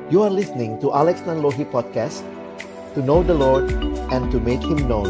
You are listening to Alex Nanlohi Podcast, to know the Lord and to make Him known.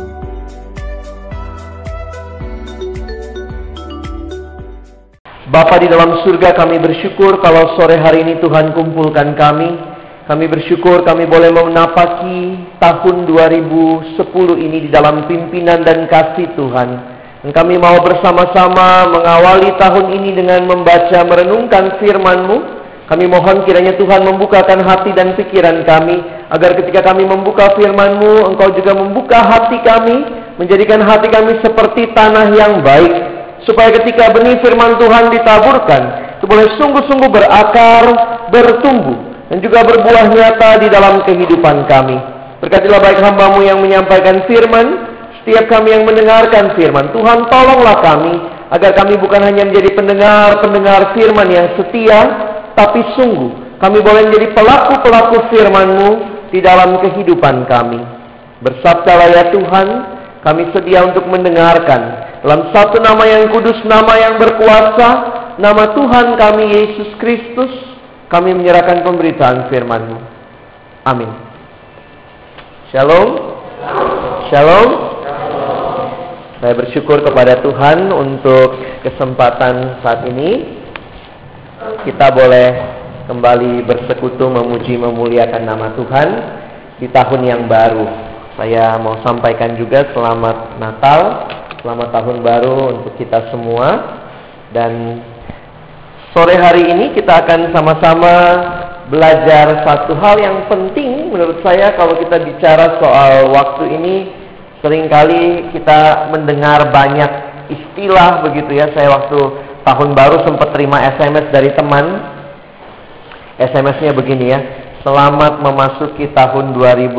Bapa di dalam surga, kami bersyukur kalau sore hari ini Tuhan kumpulkan kami. Kami bersyukur kami boleh menapaki tahun 2010 ini di dalam pimpinan dan kasih Tuhan. Dan kami mau bersama-sama mengawali tahun ini dengan membaca merenungkan firman-Mu. Kami mohon kiranya Tuhan membukakan hati dan pikiran kami, agar ketika kami membuka firman-Mu, Engkau juga membuka hati kami, menjadikan hati kami seperti tanah yang baik, supaya ketika benih firman Tuhan ditaburkan, itu boleh sungguh-sungguh berakar, bertumbuh, dan juga berbuah nyata di dalam kehidupan kami. Berkatilah baik hamba-Mu yang menyampaikan firman, setiap kami yang mendengarkan firman. Tuhan, tolonglah kami, agar kami bukan hanya menjadi pendengar-pendengar firman yang setia, tapi sungguh kami boleh menjadi pelaku-pelaku firman-Mu di dalam kehidupan kami. Bersabdalah ya Tuhan, kami sedia untuk mendengarkan. Dalam satu nama yang kudus, nama yang berkuasa, nama Tuhan kami Yesus Kristus, kami menyerahkan pemberitaan firman-Mu. Amin. Shalom. Shalom. Saya bersyukur kepada Tuhan untuk kesempatan saat ini. Kita boleh kembali bersekutu memuji memuliakan nama Tuhan di tahun yang baru. Saya mau sampaikan juga selamat Natal, selamat tahun baru untuk kita semua. Dan sore hari ini kita akan sama-sama belajar satu hal yang penting menurut saya. Kalau kita bicara soal waktu ini, seringkali kita mendengar banyak istilah begitu ya. Saya waktu tahun baru sempat terima SMS dari teman. SMS-nya begini ya: selamat memasuki tahun 2010.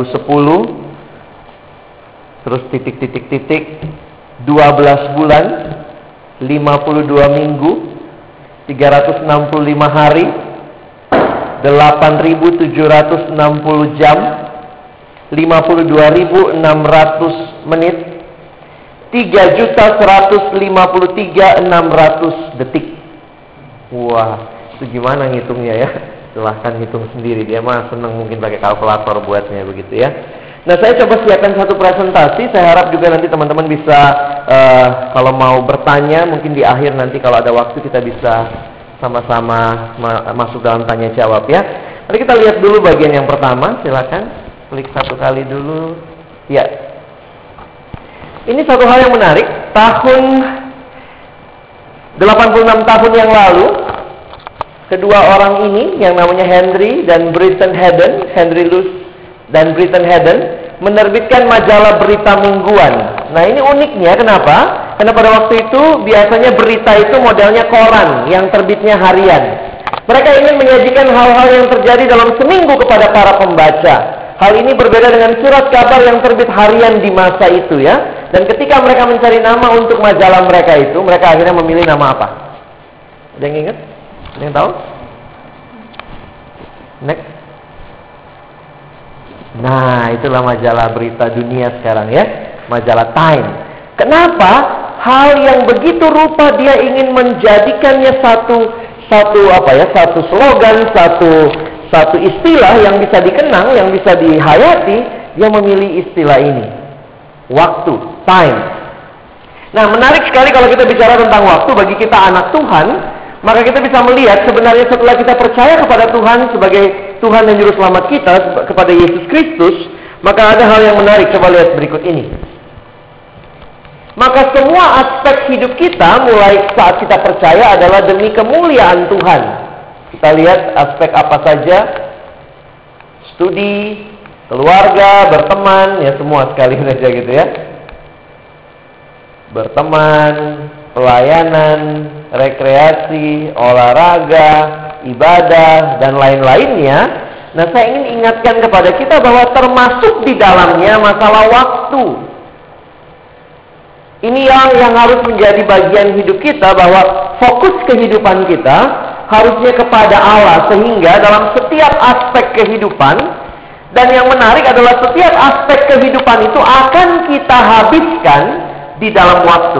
Terus titik-titik-titik, 12 bulan, 52 minggu, 365 hari, 8.760 jam, 52.600 menit, 3.153.600 detik. Wah, itu gimana ngitungnya ya? Silahkan hitung sendiri. Dia mah seneng mungkin pakai kalkulator buatnya begitu ya. Nah, saya coba siapkan satu presentasi. Saya harap juga nanti teman-teman bisa kalau mau bertanya, mungkin di akhir nanti kalau ada waktu kita bisa sama-sama masuk dalam tanya jawab ya. Mari kita lihat dulu bagian yang pertama. Silakan klik satu kali dulu. Ya. Ini satu hal yang menarik. Tahun 86 tahun yang lalu, kedua orang ini yang namanya Henry dan Britton Hayden, Henry Luce dan Britton Hayden, menerbitkan majalah berita mingguan. Nah, ini uniknya kenapa? Karena pada waktu itu biasanya berita itu modelnya koran yang terbitnya harian. Mereka ingin menyajikan hal-hal yang terjadi dalam seminggu kepada para pembaca. Hal ini berbeda dengan surat kabar yang terbit harian di masa itu ya. Dan ketika mereka mencari nama untuk majalah mereka itu, mereka akhirnya memilih nama apa? Ada yang ingat? Ada yang tahu? Next. Nah, itulah majalah berita dunia sekarang ya, majalah Time. Kenapa? Hal yang begitu rupa dia ingin menjadikannya satu slogan, satu istilah yang bisa dikenang, yang bisa dihayati. Dia memilih istilah ini, waktu, time. Nah, menarik sekali kalau kita bicara tentang waktu bagi kita anak Tuhan. Maka kita bisa melihat sebenarnya setelah kita percaya kepada Tuhan sebagai Tuhan dan Juru Selamat kita, kepada Yesus Kristus, maka ada hal yang menarik. Coba lihat berikut ini. Maka semua aspek hidup kita mulai saat kita percaya adalah demi kemuliaan Tuhan. Kita lihat aspek apa saja: studi, keluarga, berteman, ya semua sekalian aja gitu ya. Berteman, pelayanan, rekreasi, olahraga, ibadah, dan lain-lainnya. Nah, saya ingin ingatkan kepada kita bahwa termasuk di dalamnya masalah waktu. Ini yang harus menjadi bagian hidup kita, bahwa fokus kehidupan kita harusnya kepada Allah, sehingga dalam setiap aspek kehidupan, dan yang menarik adalah setiap aspek kehidupan itu akan kita habiskan di dalam waktu.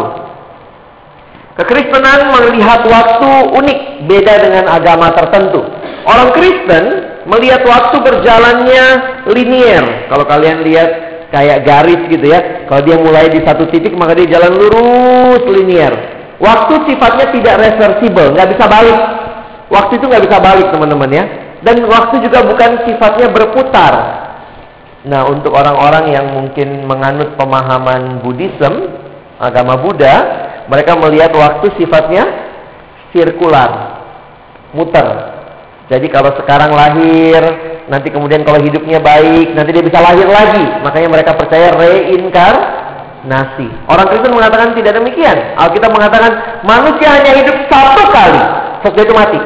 Kekristenan melihat waktu unik, beda dengan agama tertentu. Orang Kristen melihat waktu berjalannya linier. Kalau kalian lihat kayak garis gitu ya. Kalau dia mulai di satu titik, maka dia jalan lurus linier. Waktu sifatnya tidak reversible, nggak bisa balik. Waktu itu nggak bisa balik, teman-teman ya. Dan waktu juga bukan sifatnya berputar. Nah, untuk orang-orang yang mungkin menganut pemahaman Buddhism, agama Buddha, mereka melihat waktu sifatnya sirkular, muter. Jadi kalau sekarang lahir, nanti kemudian kalau hidupnya baik, nanti dia bisa lahir lagi. Makanya mereka percaya reinkarnasi. Orang Kristen mengatakan tidak demikian. Alkitab mengatakan manusia hanya hidup satu kali, setelah itu mati.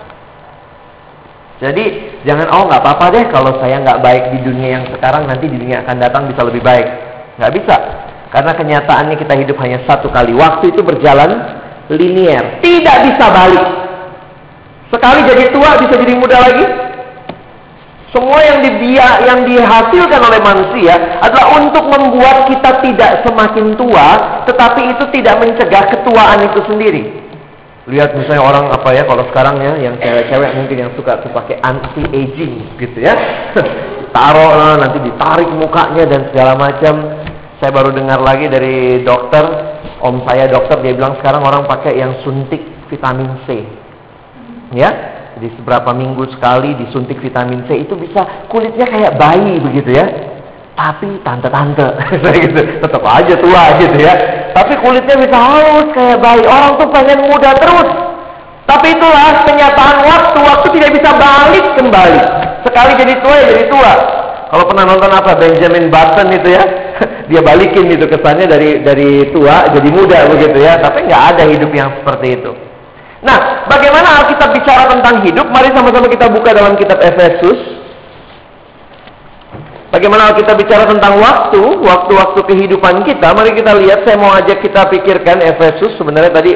Jadi jangan, nggak apa-apa deh kalau saya nggak baik di dunia yang sekarang, nanti di dunia akan datang bisa lebih baik. Nggak bisa. Karena kenyataannya kita hidup hanya satu kali. Waktu itu berjalan linier, tidak bisa balik. Sekali jadi tua bisa jadi muda lagi. Semua yang dihasilkan oleh manusia adalah untuk membuat kita tidak semakin tua, tetapi itu tidak mencegah ketuaan itu sendiri. Lihat misalnya orang kalau sekarang ya, yang cewek-cewek mungkin yang suka tuh pakai anti-aging gitu ya. Taruh nanti ditarik mukanya dan segala macam. Saya baru dengar lagi dari dokter, om saya dokter, dia bilang sekarang orang pakai yang suntik vitamin C. Ya, jadi seberapa minggu sekali disuntik vitamin C, itu bisa kulitnya kayak bayi begitu ya. Tapi tante-tante gitu, tetap aja tua gitu ya. Tapi kulitnya bisa halus kayak bayi. Orang tuh pengen muda terus. Tapi itulah kenyataan waktu tidak bisa balik kembali. Sekali jadi tua ya jadi tua. Kalau pernah nonton Benjamin Button itu ya, dia balikin gitu kesannya dari tua jadi muda begitu ya. Tapi nggak ada hidup yang seperti itu. Nah, bagaimana Alkitab bicara tentang hidup? Mari sama-sama kita buka dalam kitab Efesus. Bagaimana Alkitab bicara tentang waktu-waktu kehidupan kita? Mari kita lihat, saya mau ajak kita pikirkan Efesus. Sebenarnya tadi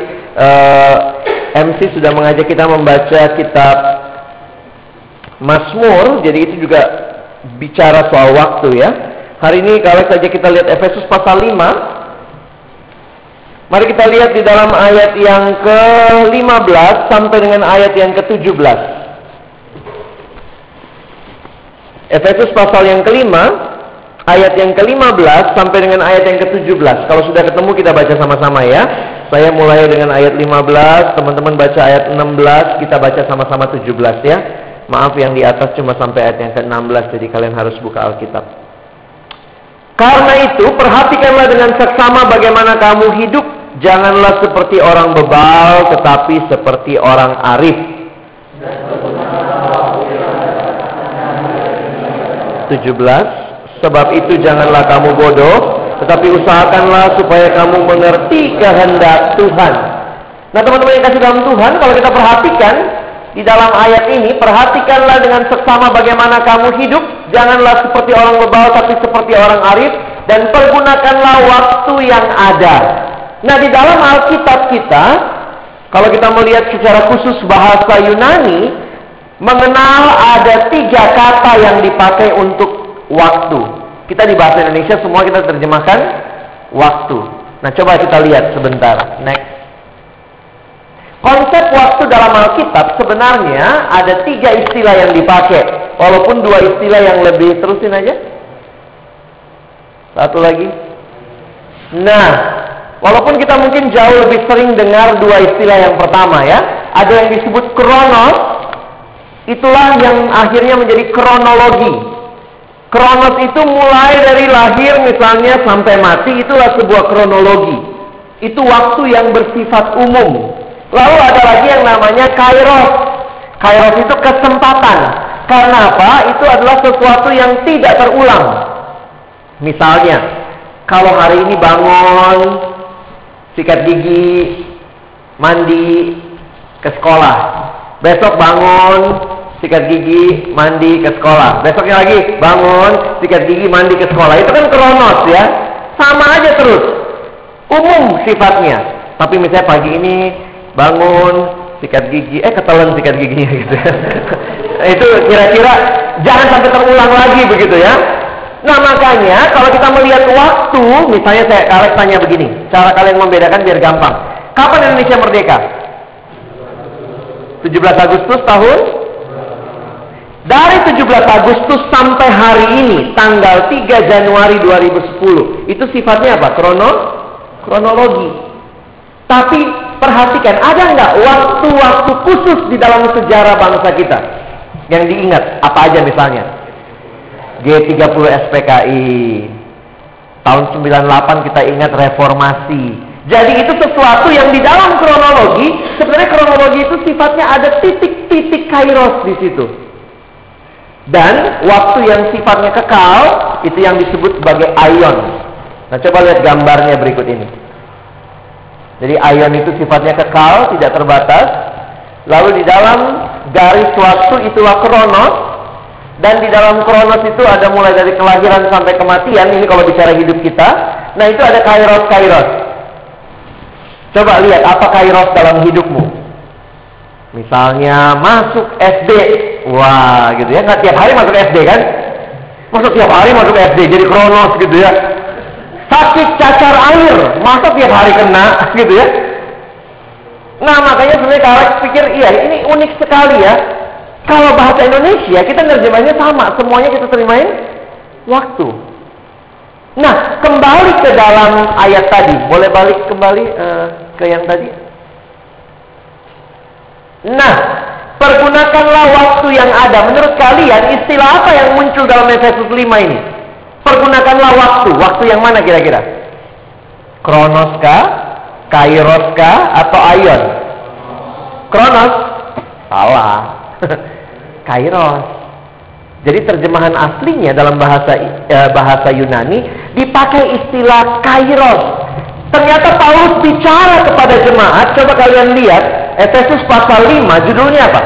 MC sudah mengajak kita membaca kitab Mazmur, jadi itu juga bicara soal waktu ya. Hari ini kalau saja kita lihat Efesus pasal 5. Mari kita lihat di dalam ayat yang ke-15 sampai dengan ayat yang ke-17. Efesus pasal yang ke-5, ayat yang ke-15 sampai dengan ayat yang ke-17. Kalau sudah ketemu kita baca sama-sama ya. Saya mulai dengan ayat 15, teman-teman baca ayat 16, kita baca sama-sama 17 ya. Maaf yang di atas cuma sampai ayat yang ke-16, jadi kalian harus buka Alkitab. Karena itu, perhatikanlah dengan seksama bagaimana kamu hidup. Janganlah seperti orang bebal, tetapi seperti orang arif. 17. Sebab itu janganlah kamu bodoh, tetapi usahakanlah supaya kamu mengerti kehendak Tuhan. Nah teman-teman yang kasih dalam Tuhan, kalau kita perhatikan di dalam ayat ini, perhatikanlah dengan seksama bagaimana kamu hidup. Janganlah seperti orang bebal, tapi seperti orang arif. Dan pergunakanlah waktu yang ada. Nah di dalam Alkitab kita, kalau kita melihat secara khusus bahasa Yunani, mengenal ada 3 kata yang dipakai untuk waktu. Kita di bahasa Indonesia semua kita terjemahkan waktu. Nah coba kita lihat sebentar. Next. Konsep waktu dalam Alkitab sebenarnya ada 3 istilah yang dipakai. Walaupun 2 istilah yang lebih, terusin aja. Satu lagi. Nah, walaupun kita mungkin jauh lebih sering dengar 2 istilah yang pertama ya. Ada yang disebut kronos. Itulah yang akhirnya menjadi kronologi. Kronos itu mulai dari lahir misalnya sampai mati, itulah sebuah kronologi. Itu waktu yang bersifat umum. Lalu ada lagi yang namanya kairos. Kairos itu kesempatan. Karena apa? Itu adalah sesuatu yang tidak terulang. Misalnya, kalau hari ini bangun, sikat gigi, mandi, ke sekolah. Besok bangun, sikat gigi, mandi, ke sekolah. Besoknya lagi bangun, sikat gigi, mandi, ke sekolah. Itu kan kronos ya. Sama aja terus. Umum sifatnya. Tapi misalnya pagi ini bangun, sikat gigi, ketelan sikat giginya gitu. Itu kira-kira jangan sampai terulang lagi begitu ya. Nah makanya kalau kita melihat waktu, misalnya kalian tanya begini, cara kalian membedakan biar gampang. Kapan Indonesia merdeka? 17 Agustus tahun Dari 17 Agustus sampai hari ini, tanggal 3 Januari 2010, itu sifatnya apa? Kronologi. Tapi perhatikan, ada nggak waktu-waktu khusus di dalam sejarah bangsa kita yang diingat? Apa aja misalnya? G30 SPKI, tahun 98 kita ingat reformasi. Jadi itu sesuatu yang di dalam kronologi, sebenarnya kronologi itu sifatnya ada titik-titik kairos di situ. Dan waktu yang sifatnya kekal, itu yang disebut sebagai aion. Nah, coba lihat gambarnya berikut ini. Jadi aion itu sifatnya kekal, tidak terbatas. Lalu di dalam garis waktu itulah kronos. Dan di dalam kronos itu ada mulai dari kelahiran sampai kematian. Ini kalau bicara hidup kita. Nah, itu ada kairos-kairos. Coba lihat apa kairos dalam hidupmu. Misalnya masuk SD. Wah, gitu ya. Nggak tiap hari masuk SD kan? Masuk tiap hari masuk SD. Jadi kronos gitu ya. Sakit cacar air. Masa tiap hari kena gitu ya. Nah, makanya sebenarnya kalau pikir, iya ini unik sekali ya. Kalau bahasa Indonesia, kita nerjemahnya sama. Semuanya kita terimain waktu. Nah, kembali ke dalam ayat tadi. Boleh balik kembali ke yang tadi? Nah, pergunakanlah waktu yang ada. Menurut kalian, istilah apa yang muncul dalam Efesus 5 ini? Pergunakanlah waktu. Waktu yang mana kira-kira? Kronos kah? Kairos kah? Atau aion? Kronos? Salah. Kairos. Jadi terjemahan aslinya dalam bahasa Yunani dipakai istilah kairos. Ternyata Paulus bicara kepada jemaat. Coba kalian lihat Efesus pasal 5, judulnya apa?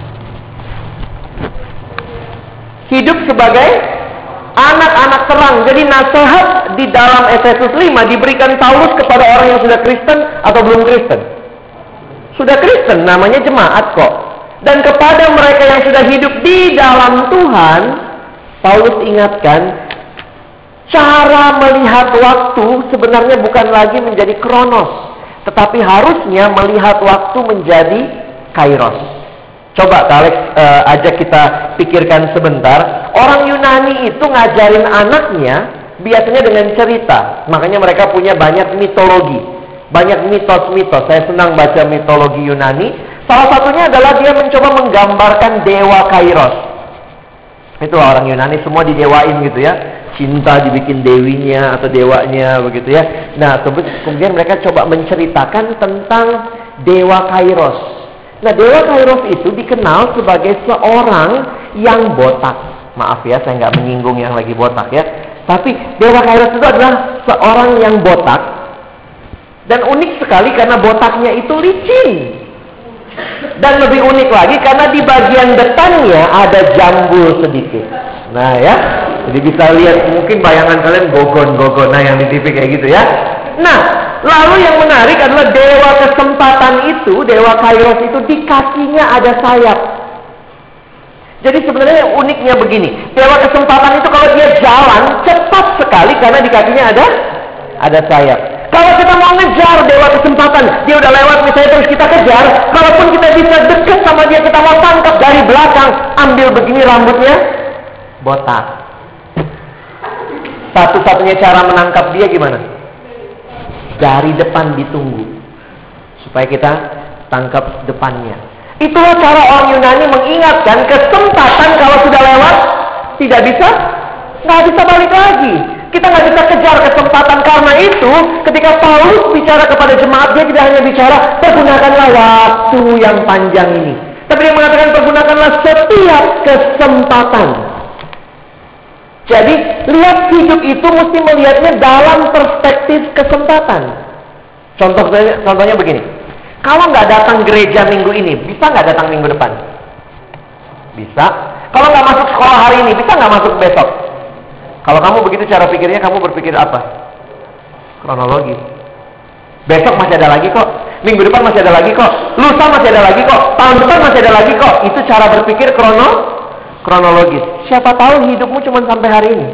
Hidup sebagai anak-anak terang. Jadi nasihat di dalam Efesus 5 diberikan Paulus kepada orang yang sudah Kristen atau belum Kristen? Sudah Kristen, namanya jemaat kok. Dan kepada mereka yang sudah hidup di dalam Tuhan, Paulus ingatkan, cara melihat waktu sebenarnya bukan lagi menjadi kronos, tetapi harusnya melihat waktu menjadi kairos. Coba Alex ajak kita pikirkan sebentar. Orang Yunani itu ngajarin anaknya biasanya dengan cerita. Makanya mereka punya banyak mitologi, banyak mitos-mitos. Saya senang baca mitologi Yunani. Salah satunya adalah dia mencoba menggambarkan dewa kairos. Itulah orang Yunani semua didewain gitu ya. Cinta dibikin dewinya atau dewanya begitu ya. Nah, kemudian mereka coba menceritakan tentang dewa kairos. Nah, dewa kairos itu dikenal sebagai seorang yang botak. Maaf ya, saya nggak menyinggung yang lagi botak ya. Tapi dewa kairos itu adalah seorang yang botak. Dan unik sekali karena botaknya itu licin. Dan lebih unik lagi karena di bagian depannya ada jambul sedikit. Nah ya, jadi bisa lihat mungkin bayangan kalian gogon-gogon yang di TV kayak gitu ya. Nah, lalu yang menarik adalah dewa kesempatan itu, dewa kairos itu di kakinya ada sayap. Jadi sebenarnya uniknya begini, dewa kesempatan itu kalau dia jalan cepat sekali karena di kakinya ada sayap. Kalau kita mau ngejar dewa kesempatan, dia udah lewat misalnya terus kita kejar, kalaupun kita bisa dekat sama dia, kita mau tangkap dari belakang, ambil begini rambutnya botak. Satu-satunya cara menangkap dia gimana? Dari depan ditunggu, supaya kita tangkap depannya. Itulah cara orang Yunani mengingatkan kesempatan kalau sudah lewat tidak bisa, nggak bisa balik lagi. Kita nggak bisa kejar kesempatan. Karena itu ketika Paulus bicara kepada jemaat, dia tidak hanya bicara pergunakanlah waktu yang panjang ini, tapi dia mengatakan pergunakanlah setiap kesempatan. Jadi lihat hidup itu mesti melihatnya dalam perspektif kesempatan. Contohnya begini, kalau nggak datang gereja minggu ini, bisa nggak datang minggu depan? Bisa. Kalau nggak masuk sekolah hari ini, bisa nggak masuk besok? Kalau kamu begitu cara pikirnya, kamu berpikir apa? Kronologi. Besok masih ada lagi kok. Minggu depan masih ada lagi kok. Lusa masih ada lagi kok. Tahun depan masih ada lagi kok. Itu cara berpikir kronologis. Siapa tahu hidupmu cuma sampai hari ini.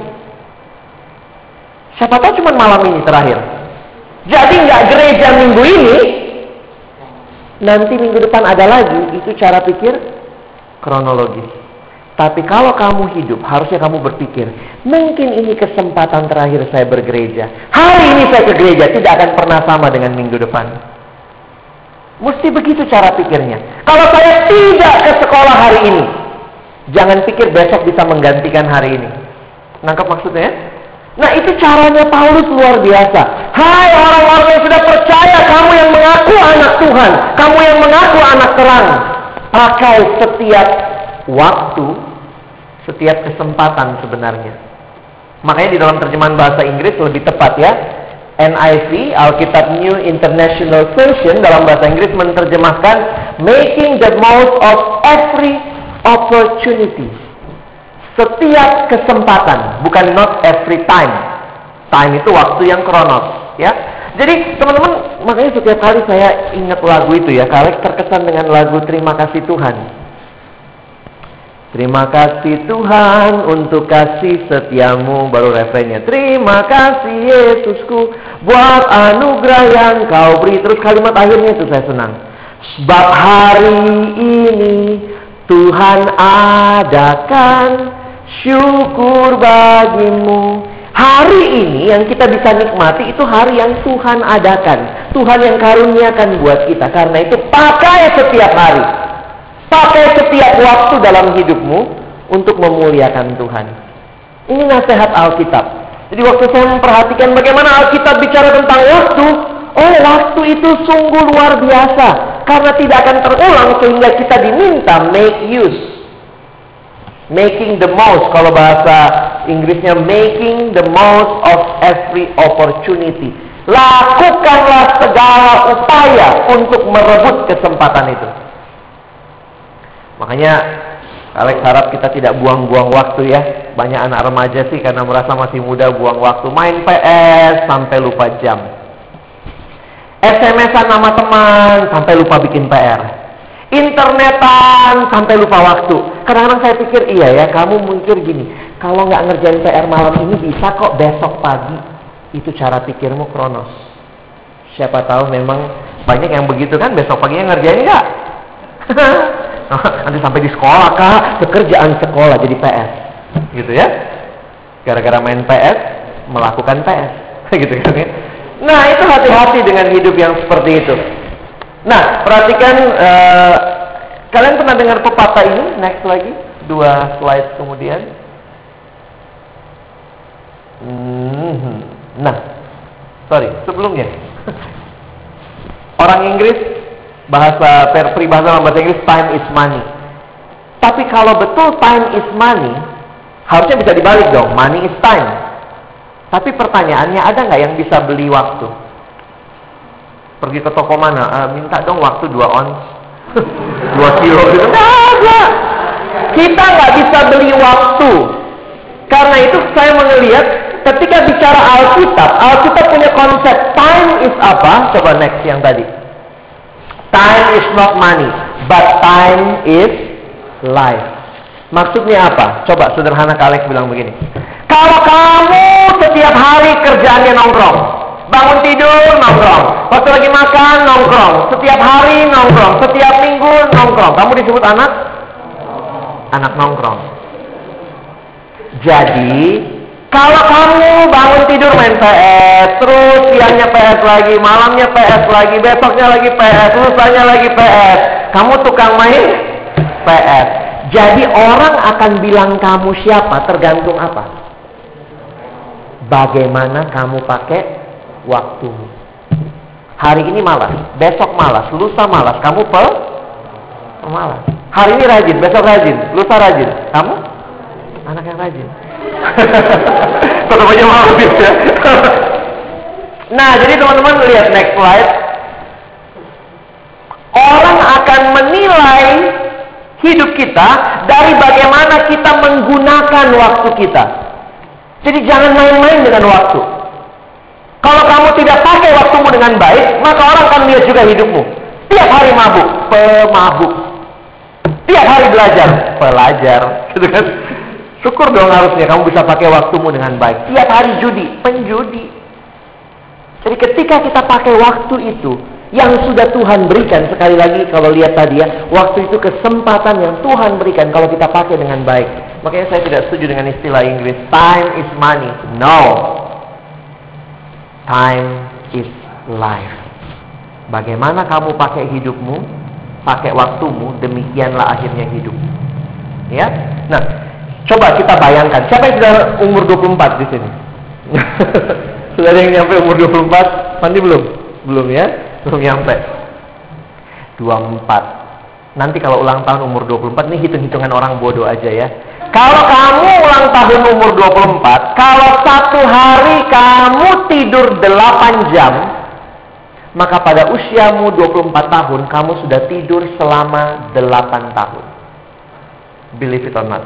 Siapa tahu cuma malam ini terakhir. Jadi nggak gereja minggu ini, nanti minggu depan ada lagi. Itu cara pikir kronologis. Tapi kalau kamu hidup, harusnya kamu berpikir, mungkin ini kesempatan terakhir saya bergereja. Hari ini saya ke gereja, tidak akan pernah sama dengan minggu depan. Mesti begitu cara pikirnya. Kalau saya tidak ke sekolah hari ini, jangan pikir besok bisa menggantikan hari ini. Nangkap maksudnya? Nah, itu caranya Paulus luar biasa. Hai orang-orang yang sudah percaya, kamu yang mengaku anak Tuhan, kamu yang mengaku anak terang, pakai setiap waktu, setiap kesempatan sebenarnya. Makanya di dalam terjemahan bahasa Inggris lebih tepat ya, NIV, Alkitab New International Version, dalam bahasa Inggris menerjemahkan making the most of every opportunity. Setiap kesempatan, bukan not every time. Time itu waktu yang kronos, ya. Jadi teman-teman, makanya setiap kali saya ingat lagu itu ya, Kalek terkesan dengan lagu Terima Kasih Tuhan. Terima kasih Tuhan untuk kasih setiamu, baru refrennya. Terima kasih Yesusku buat anugerah yang kau beri. Terus kalimat akhirnya itu saya senang. Sebab hari ini Tuhan adakan syukur bagimu. Hari ini yang kita bisa nikmati itu hari yang Tuhan adakan. Tuhan yang karuniakan buat kita. Karena itu pakai setiap hari. Pakai setiap waktu dalam hidupmu untuk memuliakan Tuhan. Ini nasihat Alkitab. Jadi waktu saya memperhatikan bagaimana Alkitab bicara tentang waktu, oh waktu itu sungguh luar biasa. Karena tidak akan terulang sehingga kita diminta make use. Making the most, kalau bahasa Inggrisnya making the most of every opportunity. Lakukanlah segala upaya untuk merebut kesempatan itu. Makanya Alex harap kita tidak buang-buang waktu ya. Banyak anak remaja sih karena merasa masih muda buang waktu. Main PS sampai lupa jam. SMS-an sama teman sampai lupa bikin PR. Internetan sampai lupa waktu. Kadang-kadang saya pikir iya ya, kamu mikir gini, kalau nggak ngerjain PR malam ini bisa kok besok pagi. Itu cara pikirmu kronos. Siapa tahu memang banyak yang begitu kan, besok paginya ngerjain nggak? Nanti sampai di sekolah kak, pekerjaan sekolah jadi PS, gitu ya. Gara-gara main PS, melakukan PS, gitu kan ya. Nah itu hati-hati dengan hidup yang seperti itu. Nah perhatikan, kalian pernah dengar pepatah ini? Next lagi, 2 slide kemudian. Nah, sorry, sebelumnya orang Inggris bahasa peribahasa dalam bahasa Inggris time is money. Tapi kalau betul time is money, harusnya bisa dibalik dong, money is time. Tapi pertanyaannya, ada nggak yang bisa beli waktu? Pergi ke toko mana? Minta dong waktu 2 ons, 2 kilo gitu. Nggak. Kita nggak bisa beli waktu. Karena itu saya melihat ketika bicara Alkitab punya konsep time is apa? Coba next yang tadi. Time is not money, but time is life. Maksudnya apa? Coba sederhana Alex bilang begini. Kalau kamu setiap hari kerjaannya nongkrong, bangun tidur nongkrong, waktu lagi makan nongkrong, setiap hari nongkrong, setiap minggu nongkrong, kamu disebut anak nongkrong. Jadi kalau kamu bangun tidur main PS, terus siangnya PS lagi, malamnya PS lagi, besoknya lagi PS, lusanya lagi PS, kamu tukang main PS. Jadi orang akan bilang kamu siapa tergantung apa? Bagaimana kamu pakai waktumu. Hari ini malas, besok malas, lusa malas, kamu pemalas. Hari ini rajin, besok rajin, lusa rajin, kamu anak yang rajin. Tetap aja malas ya. Nah, jadi teman-teman lihat next slide. Orang akan menilai hidup kita dari bagaimana kita menggunakan waktu kita. Jadi jangan main-main dengan waktu. Kalau kamu tidak pakai waktumu dengan baik, maka orang akan lihat juga hidupmu. Tiap hari mabuk, pemabuk. Tiap hari belajar, pelajar. Gitu kan? Syukur dong harusnya kamu bisa pakai waktumu dengan baik. Tiap hari judi, penjudi. Jadi ketika kita pakai waktu itu, Yang sudah Tuhan berikan, sekali lagi kalau lihat tadi ya, waktu itu kesempatan yang Tuhan berikan kalau kita pakai dengan baik. Makanya saya tidak setuju dengan istilah Inggris, time is money. No. Time is life. Bagaimana kamu pakai hidupmu, pakai waktumu, demikianlah akhirnya hidup. Ya. Nah, coba kita bayangkan, siapa yang sudah umur 24 di sini? Sudah ada yang nyampe umur 24? Mandi belum? Belum ya? Belum nyampe. 24. Nanti kalau ulang tahun umur 24, ini hitung-hitungan orang bodoh aja ya. Kalau kamu ulang tahun umur 24, kalau satu hari kamu tidur 8 jam, maka pada usiamu 24 tahun, kamu sudah tidur selama 8 tahun. Believe it or not.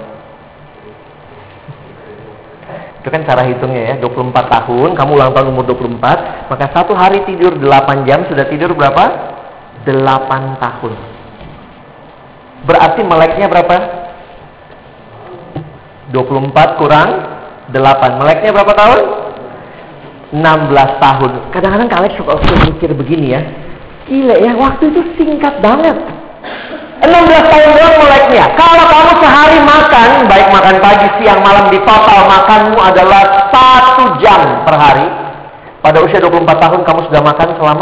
Itu kan cara hitungnya ya, 24 tahun, kamu ulang tahun umur 24, maka satu hari tidur 8 jam, sudah tidur berapa? 8 tahun. Berarti meleknya berapa? 24 kurang 8. Meleknya berapa tahun? 16 tahun. Kadang-kadang Kak Alex suka mikir begini ya, gila ya, waktu itu singkat banget. 16 tahun doang meleknya. Kalau kamu sehari makan, baik makan pagi, siang, malam, di total makanmu adalah 1 jam per hari. Pada usia 24 tahun kamu sudah makan selama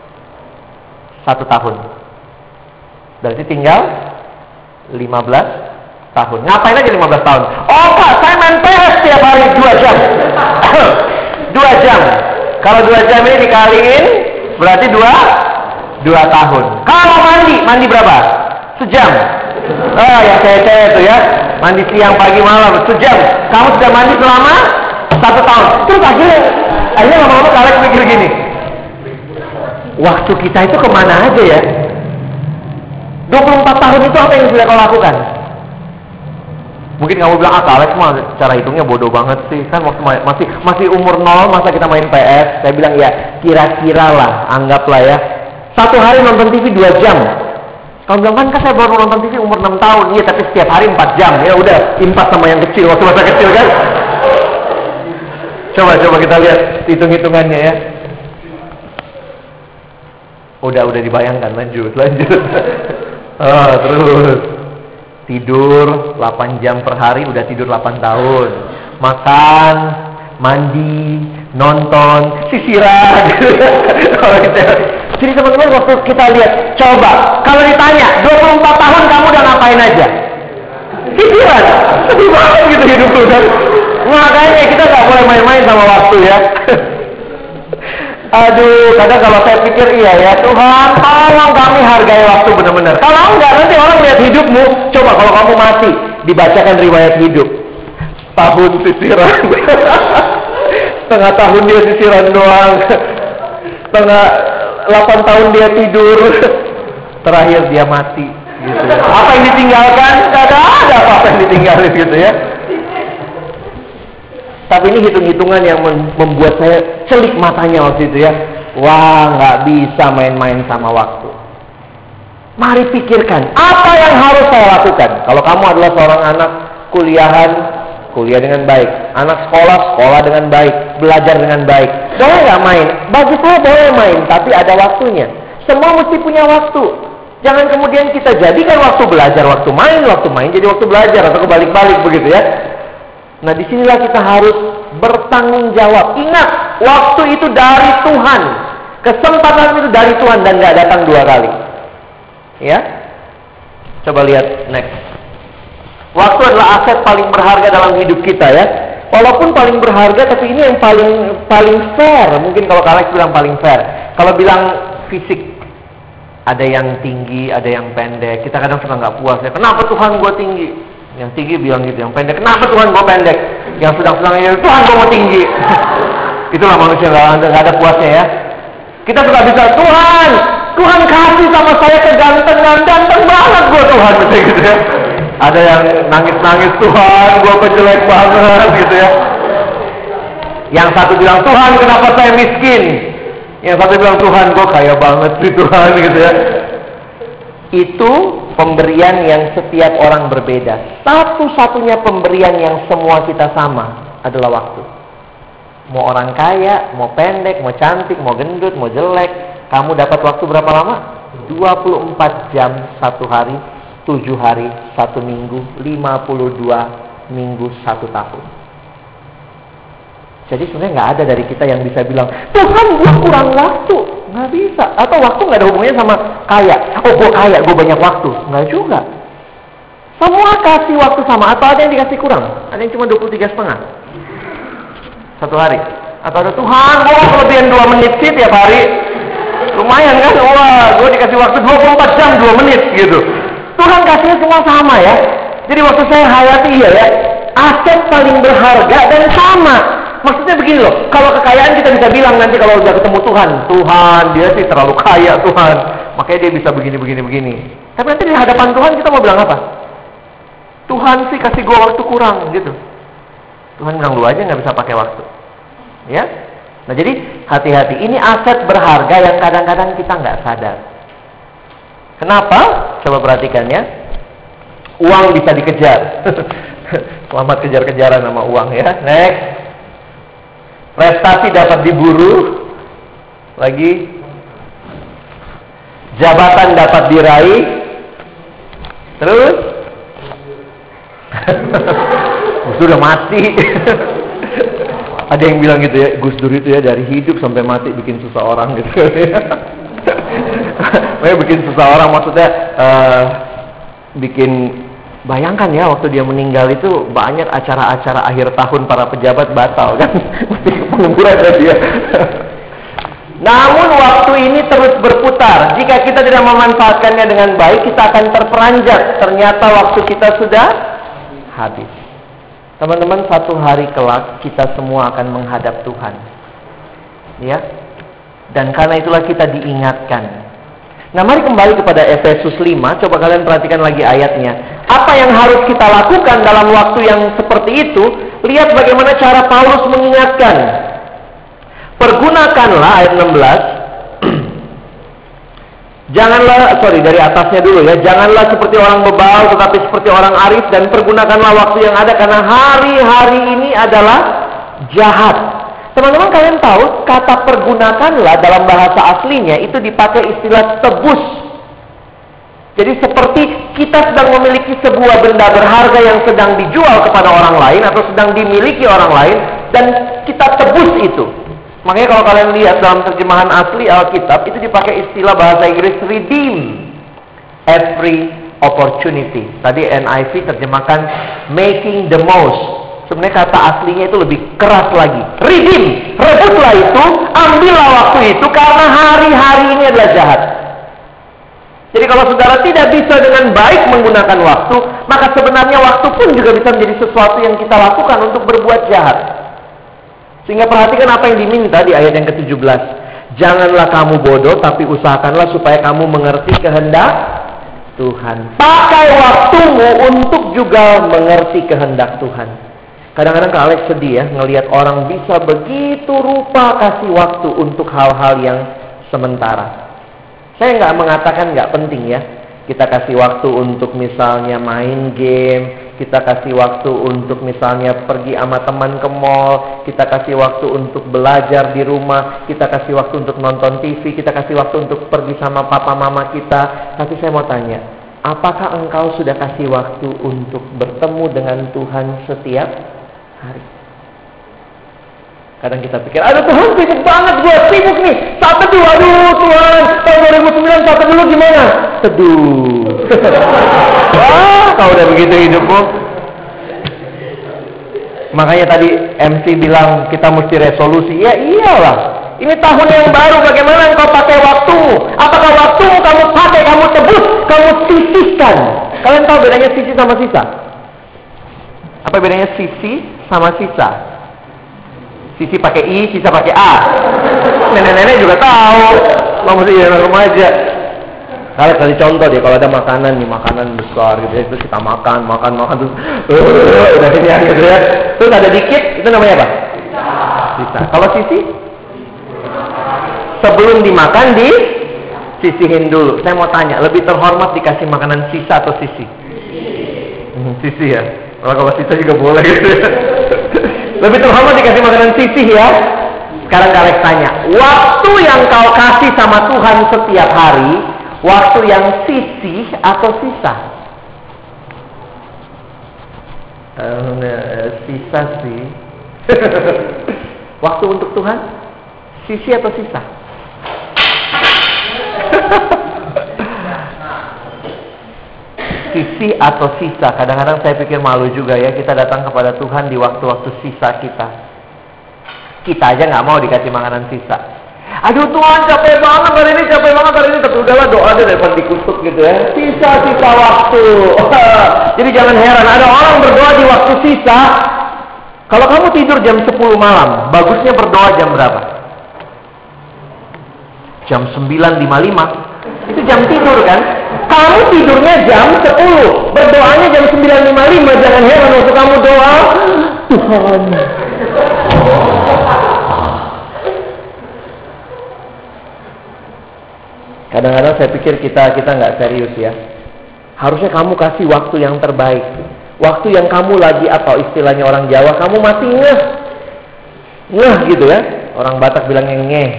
1 tahun. Berarti tinggal 15 tahun. Ngapain aja 15 tahun? Oh Pak, saya main PS tiap hari 2 jam. 2 jam. Kalau 2 jam ini dikaliin, berarti 2 tahun. Kalau mandi berapa? Sejam. Yang cewek-cewek itu ya, mandi siang, pagi, malam, sejam. Kamu sudah mandi selama 1 tahun. Terus akhirnya lama-lama kalian mikir gini, waktu kita itu kemana aja ya? 24 tahun itu apa yang sudah kau lakukan? Mungkin kamu bilang, Alex mah cara hitungnya bodoh banget sih. Kan waktu masih umur 0, masa kita main PS? Saya bilang, ya kira-kira lah, anggaplah ya, satu hari nonton TV 2 jam. Kamu bilang, kan saya baru nonton TV umur 6 tahun. Iya, tapi setiap hari 4 jam. Ya udah, impas sama yang kecil, waktu masa kecil kan. Coba kita lihat hitung-hitungannya ya. Udah dibayangkan, lanjut. Terus tidur 8 jam per hari, udah tidur 8 tahun. Makan, mandi, nonton, sisiran. Jadi teman-teman, waktu kita lihat, coba kalau ditanya 24 tahun kamu udah ngapain aja? Sisiran. Sedih banget gitu hidup tuh kan. Makanya kita gak boleh main-main sama waktu ya. Aduh, kadang kalau saya pikir, iya ya Tuhan, tolong kami hargai waktu benar-benar. Kalau enggak, nanti orang lihat hidupmu. Coba kalau kamu mati, dibacakan riwayat hidup. Tahun sisiran. Setengah tahun dia sisiran doang. 8 tahun dia tidur. Terakhir dia mati gitu. Apa yang ditinggalkan? Gak ada apa-apa yang ditinggalin gitu ya. Tapi ini hitung-hitungan yang membuat saya celik matanya waktu itu ya. Wah, nggak bisa main-main sama waktu. Mari pikirkan, apa yang harus saya lakukan? Kalau kamu adalah seorang anak kuliah dengan baik. Anak sekolah dengan baik. Belajar dengan baik. Boleh nggak main? Bagi saya boleh main, tapi ada waktunya. Semua mesti punya waktu. Jangan kemudian kita jadikan waktu belajar, waktu main jadi waktu belajar, atau kebalik-balik begitu ya. Nah, disinilah kita harus bertanggung jawab. Ingat, waktu itu dari Tuhan. Kesempatan itu dari Tuhan dan gak datang 2 kali. Ya, coba lihat next. Waktu adalah aset paling berharga dalam hidup kita ya. Walaupun paling berharga, tapi ini yang paling fair. Mungkin kalau Alex bilang paling fair. Kalau bilang fisik, ada yang tinggi, ada yang pendek. Kita kadang suka nggak puas ya. Kenapa Tuhan gue tinggi? Yang tinggi bilang gitu, yang pendek, kenapa Tuhan gue pendek? Yang sedang-sedang ya, Tuhan gue mau tinggi. Itulah manusia, nggak ada puasnya ya. Kita suka bisa, Tuhan kasih sama saya kegantengan, ganteng banget gue Tuhan, gitu ya. Ada yang nangis-nangis, Tuhan gue kejelek banget gitu ya. Yang satu bilang, Tuhan kenapa saya miskin? Yang satu bilang, Tuhan gue kaya banget sih Tuhan, gitu ya. Itu pemberian yang setiap orang berbeda. Satu-satunya pemberian yang semua kita sama adalah waktu. Mau orang kaya, mau pendek, mau cantik, mau gendut, mau jelek, kamu dapat waktu berapa lama? 24 jam 1 hari, 7 hari 1 minggu, 52 minggu 1 tahun. Jadi sebenarnya nggak ada dari kita yang bisa bilang, Tuhan gue kurang waktu. Nggak bisa. Atau waktu nggak ada hubungannya sama kaya. Oh gue kaya, gue banyak waktu. Nggak juga. Semua kasih waktu sama. Atau ada yang dikasih kurang? Ada yang cuma 23,5 1 hari. Atau ada, Tuhan gue kelebihan 2 menit sih tiap hari. Lumayan kan? Wah, gue dikasih waktu 24 jam 2 menit gitu. Tuhan kasihnya semua sama ya. Jadi waktu saya hayati ya, aset paling berharga dan sama. Maksudnya begini loh, kalau kekayaan kita bisa bilang nanti kalau udah ketemu Tuhan, Tuhan dia sih terlalu kaya Tuhan, makanya dia bisa begini. Tapi nanti di hadapan Tuhan kita mau bilang apa? Tuhan sih kasih gue waktu kurang gitu. Tuhan bilang lu aja nggak bisa pakai waktu, ya. Nah jadi hati-hati, ini aset berharga yang kadang-kadang kita nggak sadar. Kenapa? Coba perhatikan ya. Uang bisa dikejar. Selamat kejar-kejaran sama uang ya. Next. Prestasi dapat diburu. Lagi. Jabatan dapat diraih. Terus Gus Dur udah mati. Ada yang bilang gitu ya, Gus Dur itu ya dari hidup sampai mati bikin susah orang gitu. Bikin susah orang maksudnya bikin, bayangkan ya waktu dia meninggal itu banyak acara-acara akhir tahun para pejabat batal kan. Penguburan dia. Namun waktu ini terus berputar. Jika kita tidak memanfaatkannya dengan baik, kita akan terperanjat. Ternyata waktu kita sudah habis. Teman-teman, satu hari kelak kita semua akan menghadap Tuhan. Ya. Dan karena itulah kita diingatkan. Nah, mari kembali kepada Efesus 5. Coba kalian perhatikan lagi ayatnya. Apa yang harus kita lakukan dalam waktu yang seperti itu? Lihat bagaimana cara Paulus mengingatkan. Pergunakanlah ayat 16. Dari atasnya dulu ya. Janganlah seperti orang bebal, tetapi seperti orang arif, dan pergunakanlah waktu yang ada, karena hari-hari ini adalah jahat. Teman-teman, kalian tahu kata pergunakanlah dalam bahasa aslinya itu dipakai istilah tebus. Jadi seperti kita sedang memiliki sebuah benda berharga yang sedang dijual kepada orang lain atau sedang dimiliki orang lain, dan kita tebus itu. Makanya kalau kalian lihat dalam terjemahan asli Alkitab itu dipakai istilah bahasa Inggris redeem, every opportunity. Tadi NIV terjemahkan making the most. Sebenarnya kata aslinya itu lebih keras lagi. Redeem, rebutlah itu, ambillah waktu itu, karena hari-hari ini adalah jahat. Jadi kalau saudara tidak bisa dengan baik menggunakan waktu, maka sebenarnya waktu pun juga bisa menjadi sesuatu yang kita lakukan untuk berbuat jahat. Sehingga perhatikan apa yang diminta di ayat yang ke-17. Janganlah kamu bodoh, tapi usahakanlah supaya kamu mengerti kehendak Tuhan. Pakai waktumu untuk juga mengerti kehendak Tuhan. Kadang-kadang Kak Alex sedih ya, ngelihat orang bisa begitu rupa kasih waktu untuk hal-hal yang sementara. Saya nggak mengatakan nggak penting ya. Kita kasih waktu untuk misalnya main game, kita kasih waktu untuk misalnya pergi sama teman ke mall, kita kasih waktu untuk belajar di rumah, kita kasih waktu untuk nonton TV, kita kasih waktu untuk pergi sama papa mama kita. Tapi saya mau tanya, apakah engkau sudah kasih waktu untuk bertemu dengan Tuhan setiap hari? Kadang kita pikir, aduh Tuhan sibuk banget, gue sibuk nih, saat teduh, aduh Tuhan, tahun 2009 saat teduh gimana? Teduh. Wah, kau udah begitu hidupmu. Makanya tadi MC bilang kita mesti resolusi. Ya iyalah, ini tahun yang baru, bagaimana engkau pakai waktumu? Apakah waktumu kamu pakai, kamu tebus, kamu sisihkan? Kalian tahu bedanya sisi sama sisa? Apa bedanya sisi sama sisa? Sisi pakai I, sisa pakai A. Nenek-nenek juga tahu. Kamu mesti jadi remaja. Kalian kasih contoh deh, kalau ada makanan nih, makanan besar gitu ya, terus kita makan terus udah kenyang gitu ya. Terus ada dikit, itu namanya apa? Sisa. Kalau sisi? Sebelum dimakan disisihin dulu. Saya mau tanya, lebih terhormat dikasih makanan sisa atau sisi? Sisi ya. Kalau sisa juga boleh gitu ya. Lebih terhormat dikasih makanan sisih ya. Sekarang Kak Alex tanya, waktu yang kau kasih sama Tuhan setiap hari, waktu yang sisih atau sisa? Sisa sih. Waktu untuk Tuhan, sisi atau sisa? Sisi atau sisa. Kadang-kadang saya pikir malu juga ya, kita datang kepada Tuhan di waktu-waktu sisa kita. Kita aja nggak mau dikasih makanan sisa. Aduh Tuhan, capek banget hari ini, tapi udahlah doa deh daripada dikutuk gitu ya. Sisa-sisa waktu. Jadi jangan heran, ada orang berdoa di waktu sisa. Kalau kamu tidur jam 10 malam, bagusnya berdoa jam berapa? Jam 9.55. Itu jam tidur kan? Kamu tidurnya jam 10, berdoanya jam 9.55. Jangan heran waktu kamu doa, Tuhan. Kadang-kadang saya pikir kita nggak serius ya. Harusnya kamu kasih waktu yang terbaik. Waktu yang kamu lagi, atau istilahnya orang Jawa, kamu masih ngeh gitu ya. Orang Batak bilangnya ngeh.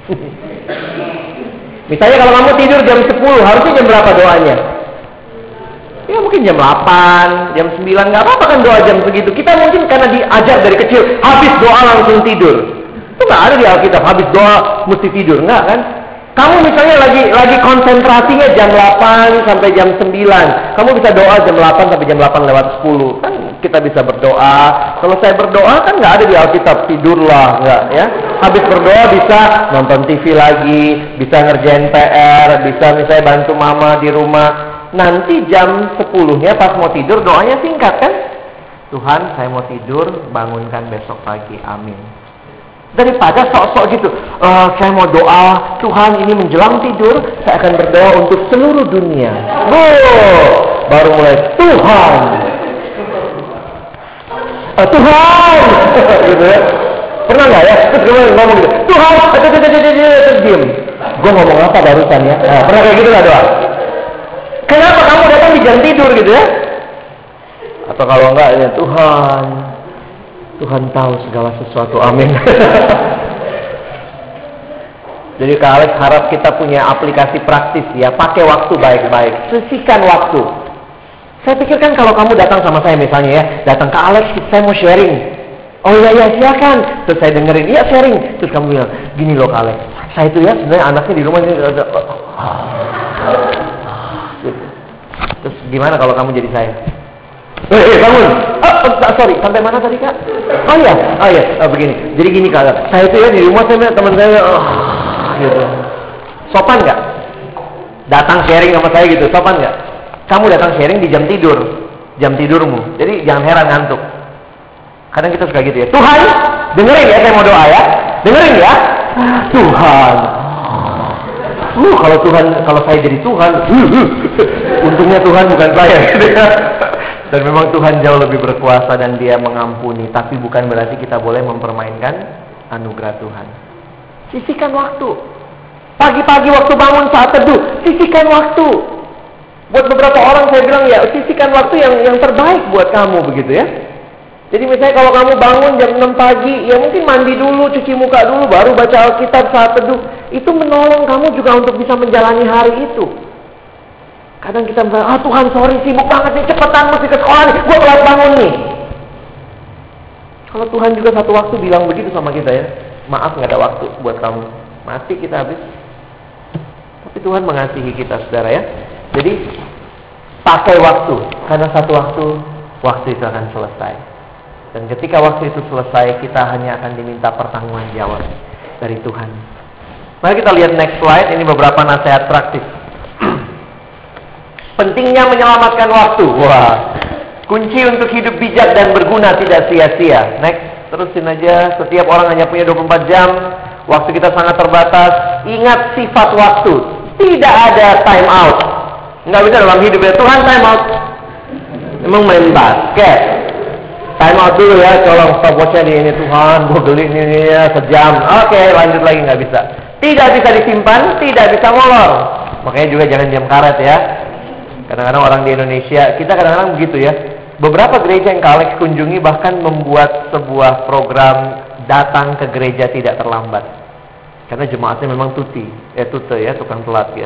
Misalnya kalau kamu tidur jam 10, harusnya jam berapa doanya? Ya mungkin jam 8, jam 9, nggak apa-apa kan doa jam segitu. Kita mungkin karena diajar dari kecil, habis doa langsung tidur. Itu nggak ada di Alkitab, habis doa mesti tidur, nggak kan? Kamu misalnya lagi konsentrasinya jam 8 sampai jam 9. Kamu bisa doa jam 8 sampai jam 8:10. Kan kita bisa berdoa. Kalau saya berdoa kan nggak ada di Alkitab, tidurlah, nggak ya. Habis berdoa bisa nonton TV lagi, bisa ngerjain PR, bisa misalnya bantu mama di rumah. Nanti jam 10-nya pas mau tidur doanya singkat kan? Tuhan, saya mau tidur, bangunkan besok pagi. Amin. Daripada sok-sok gitu, saya mau doa, Tuhan ini menjelang tidur, saya akan berdoa untuk seluruh dunia. Baru mulai, Tuhan, gitu ya. Pernah nggak ya? Terus ngomong gitu, Tuhan, terus diem. Gue ngomong apa barusan ya? Pernah kayak gitu nggak doa? Kenapa kamu datang di jam tidur gitu ya? Atau kalau enggak ya Tuhan tahu segala sesuatu, amin. Jadi Kak Alex harap kita punya aplikasi praktis ya, pakai waktu baik-baik, sisihkan waktu. Saya pikirkan kalau kamu datang sama saya misalnya ya, datang ke Alex, saya mau sharing. Oh iya silakan. Terus saya dengerin, iya sharing. Terus kamu bilang, gini loh Kak Alex, saya itu ya sebenarnya anaknya di rumah ini ada. Terus gimana kalau kamu jadi saya? Bangun. Sorry, sampai mana tadi Kak? Oh iya, begini. Jadi gini Kak, saya itu ya di rumah saya teman saya, gitu. Sopan nggak? Datang sharing sama saya gitu, sopan nggak? Kamu datang sharing di jam tidurmu. Jadi jangan heran ngantuk. Kadang kita suka gitu ya. Tuhan, dengerin ya, saya mau doa ya. Dengerin ya. Tuhan. Kalau saya jadi Tuhan, untungnya Tuhan bukan saya gitu ya. Dan memang Tuhan jauh lebih berkuasa dan Dia mengampuni. Tapi bukan berarti kita boleh mempermainkan anugerah Tuhan. Sisihkan waktu. Pagi-pagi waktu bangun saat teduh, sisihkan waktu. Buat beberapa orang saya bilang ya, sisihkan waktu yang terbaik buat kamu begitu ya. Jadi misalnya kalau kamu bangun jam 6 pagi, ya mungkin mandi dulu, cuci muka dulu, baru baca Alkitab saat teduh. Itu menolong kamu juga untuk bisa menjalani hari itu. Kadang kita bilang, Tuhan sorry sibuk banget nih, cepetan mesti ke sekolah nih, gue telat bangun nih. Kalau Tuhan juga satu waktu bilang begitu sama kita ya, maaf gak ada waktu buat kamu, mati kita habis. Tapi Tuhan mengasihi kita saudara ya. Jadi pakai waktu, karena satu waktu itu akan selesai. Dan ketika waktu itu selesai, kita hanya akan diminta pertanggungan jawab dari Tuhan. Mari kita lihat next slide, ini beberapa nasihat praktis. Pentingnya menyelamatkan waktu. Wah, kunci untuk hidup bijak dan berguna tidak sia-sia. Next, terusin aja. Setiap orang hanya punya 24 jam. Waktu kita sangat terbatas. Ingat sifat waktu. Tidak ada time out. Nggak bisa dalam hidup ya. Tuhan time out. Emang main basket. Time out dulu ya. Colong stopwatchnya di ini. Tuhan, gue geli ini ya sejam. Oke, lanjut lagi. Nggak bisa. Tidak bisa disimpan. Tidak bisa molor. Makanya juga jangan jam karet ya. Kadang-kadang orang di Indonesia, kita kadang-kadang begitu ya. Beberapa gereja yang Kak Alex kunjungi bahkan membuat sebuah program datang ke gereja tidak terlambat. Karena jemaatnya memang tute ya, tukang telat ya.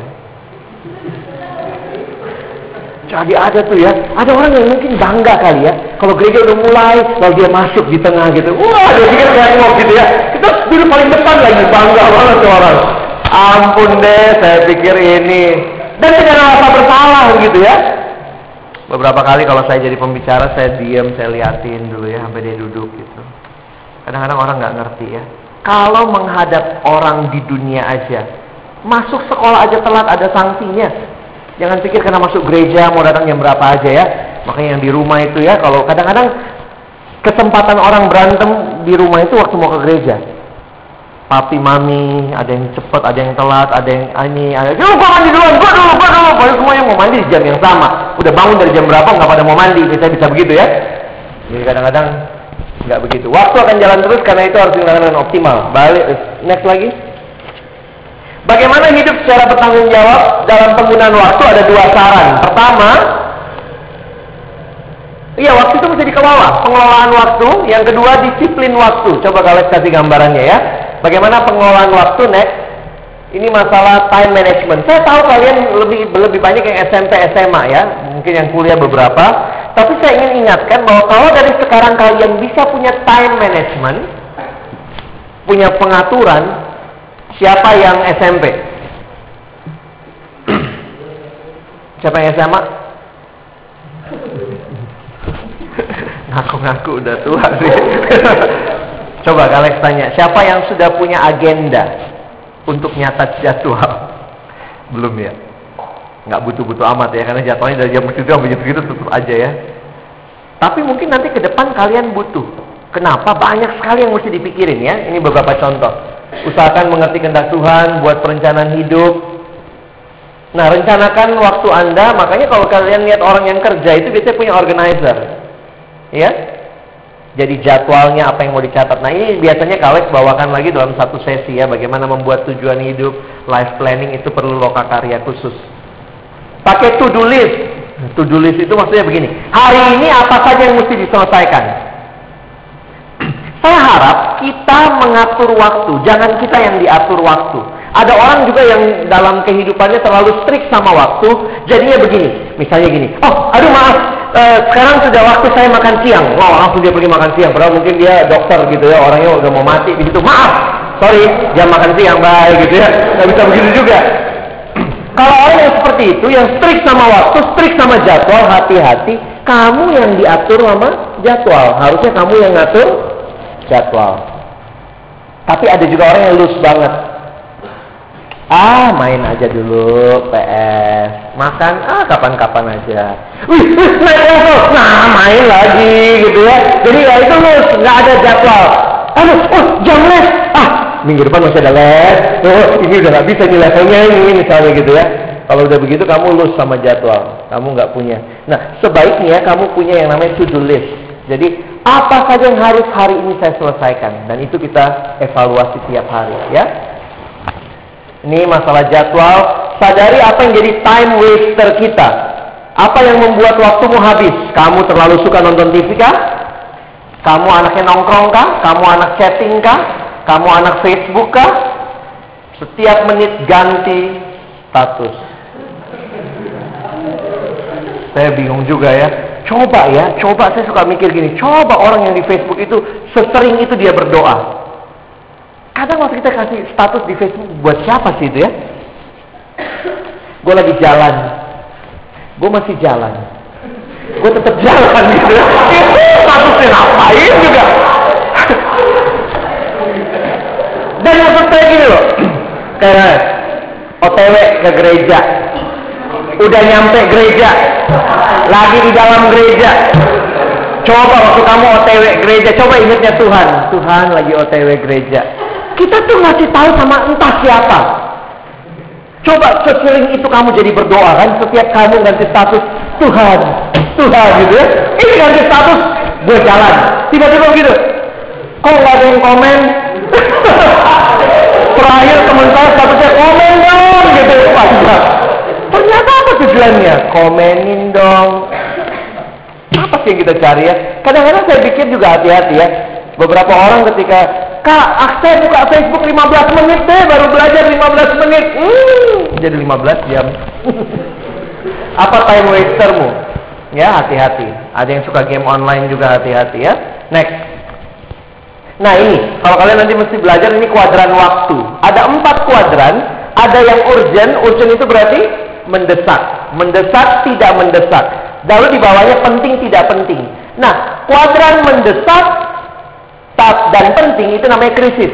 Jadi ada tuh ya, ada orang yang mungkin bangga kali ya, kalau gereja udah mulai, lalu dia masuk di tengah gitu. Wah, dia pikir kayak ngomong gitu ya. Kita duduk paling depan lagi, bangga banget tuh orang. Ampun deh, saya pikir ini. Dan tidak rasa bersalah gitu ya. Beberapa kali kalau saya jadi pembicara, saya diam, saya liatin dulu ya, sampai dia duduk gitu. Kadang-kadang orang nggak ngerti ya. Kalau menghadap orang di dunia aja, masuk sekolah aja telat ada sanksinya. Jangan pikir karena masuk gereja mau datang jam berapa aja ya. Makanya yang di rumah itu ya, kalau kadang-kadang kesempatan orang berantem di rumah itu waktu mau ke gereja. Papi, mami, ada yang cepet, ada yang telat, ada yang ini, ada yang gua mandi duluan, gua dulu. Padahal semuanya mau mandi di jam yang sama. Udah bangun dari jam berapa nggak pada mau mandi, bisa begitu ya. Jadi kadang-kadang nggak begitu. Waktu akan jalan terus karena itu harus digunakan dengan optimal. Balik, next lagi. Bagaimana hidup secara bertanggung jawab dalam penggunaan waktu? Ada dua saran. Pertama, iya, waktu itu mesti dikelola, pengelolaan waktu. Yang kedua, disiplin waktu. Coba kalian kasih gambarannya ya. Bagaimana pengelolaan waktu? Next. Ini masalah time management. Saya tahu kalian lebih banyak yang SMP, SMA ya. Mungkin yang kuliah beberapa. Tapi saya ingin ingatkan bahwa kalau dari sekarang kalian bisa punya time management, punya pengaturan. Siapa yang SMP? Siapa yang SMA? Ngaku-ngaku udah tua sih. Coba kalian tanya, siapa yang sudah punya agenda untuk nyatat jadwal? Belum ya? Nggak butuh-butuh amat ya, karena jadwalnya dari jam segitu sampai jam segitu tutup aja ya. Tapi mungkin nanti ke depan kalian butuh. Kenapa? Banyak sekali yang mesti dipikirin ya. Ini beberapa contoh. Usahakan mengerti kehendak Tuhan, buat perencanaan hidup. Nah, rencanakan waktu Anda. Makanya kalau kalian lihat orang yang kerja itu biasanya punya organizer, ya. Jadi jadwalnya apa yang mau dicatat. Nah, ini biasanya Kalex bawakan lagi dalam satu sesi ya. Bagaimana membuat tujuan hidup, life planning itu perlu lokakarya khusus. Pakai to-do list. To-do list itu maksudnya begini. Hari ini apa saja yang mesti diselesaikan? Saya harap kita mengatur waktu, jangan kita yang diatur waktu. Ada orang juga yang dalam kehidupannya terlalu strict sama waktu, jadinya begini, misalnya gini, oh aduh maaf, sekarang sudah waktu saya makan siang. Wow, langsung dia pergi makan siang, padahal mungkin dia dokter gitu ya, orangnya udah mau mati di situ. Maaf, sorry, jam makan siang, bye gitu ya. Nggak bisa begitu juga. Kalau orang yang seperti itu, yang strict sama waktu, strict sama jadwal, hati-hati, kamu yang diatur sama jadwal. Harusnya kamu yang ngatur jadwal. Tapi ada juga orang yang loose banget. Main aja dulu PS, makan kapan-kapan aja. Naik level, main lagi gitu ya. Jadi ya itu loose, nggak ada jadwal. Jam les, minggu depan masih ada les. Ini udah nggak bisa nih levelnya ini misalnya gitu ya. Kalau udah begitu kamu loose sama jadwal, kamu nggak punya. Nah, sebaiknya kamu punya yang namanya to-do list. Jadi apa saja yang harus hari ini saya selesaikan, dan itu kita evaluasi tiap hari ya. Ini masalah jadwal. Sadari apa yang jadi time waster kita. Apa yang membuat waktumu habis? Kamu terlalu suka nonton TV kah? Kamu anaknya nongkrong kah? Kamu anak chatting kah? Kamu anak Facebook kah? Setiap menit ganti status. Saya bingung juga ya. Coba saya suka mikir gini. Coba orang yang di Facebook itu sesering itu dia berdoa. Kadang waktu kita kasih status di Facebook, buat siapa sih itu ya? Gue lagi jalan. Gue masih jalan. Gue tetap jalan gitu ya. Itu statusnya ngapain juga. Dan yang kayak gini loh. Kayak OTW ke gereja. Udah nyampe gereja. Lagi di dalam gereja. Coba waktu kamu OTW gereja, coba ingatnya Tuhan. Tuhan lagi OTW gereja. Kita tuh ngasih tahu sama entah siapa. Coba sesering itu kamu jadi berdoa kan. Setiap kamu ganti status, Tuhan gitu ya. Ini ganti status, gue jalan. Tiba-tiba gitu. Kok nggak ada yang komen? Terakhir teman saya statusnya komen dong gitu. Ternyata apa tujuannya? Komenin dong. Apa sih yang kita cari ya? Kadang-kadang saya pikir juga hati-hati ya. Beberapa orang ketika Kak, saya buka Facebook 15 menit deh, baru belajar 15 menit. Jadi 15 jam. Apa time wastermu? Ya, hati-hati. Ada yang suka game online juga, hati-hati ya. Next. Nah ini, kalau kalian nanti mesti belajar, ini kuadran waktu. Ada 4 kuadran. Ada yang urgent. Urgent itu berarti mendesak. Mendesak, tidak mendesak. Lalu di bawahnya penting, tidak penting. Nah, kuadran mendesak dan penting itu namanya krisis.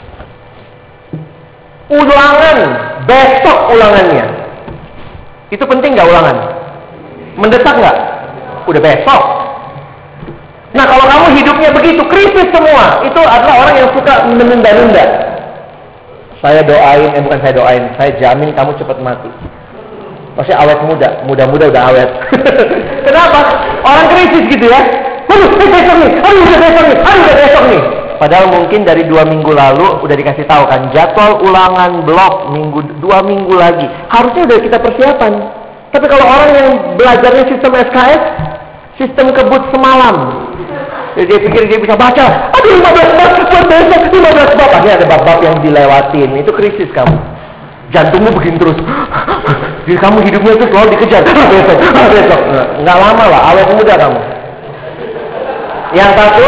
Ulangan, besok ulangannya. Itu penting nggak ulangan? Mendesak nggak? Udah besok. Nah, kalau kamu hidupnya begitu, krisis semua, itu adalah orang yang suka menunda-nunda. Saya doain, bukan saya doain, saya jamin kamu cepat mati. Pasti awet muda, muda-muda udah awet. Kenapa? Orang krisis gitu ya. Aduh, besok nih, udah besok nih. Padahal mungkin dari 2 minggu lalu udah dikasih tahu kan, jadwal ulangan blok 2 minggu lagi. Harusnya udah kita persiapan. Tapi kalau orang yang belajarnya sistem SKS, sistem kebut semalam, jadi dia pikir dia bisa baca. Aduh, 15 bab buat besok, 15 bab. Akhirnya ada bab-bab yang dilewatin. Itu krisis kamu. Jantungmu begini terus. Jadi kamu hidupnya itu selalu dikejar. Besok. Nggak lama lah, awet muda kamu. Yang satu,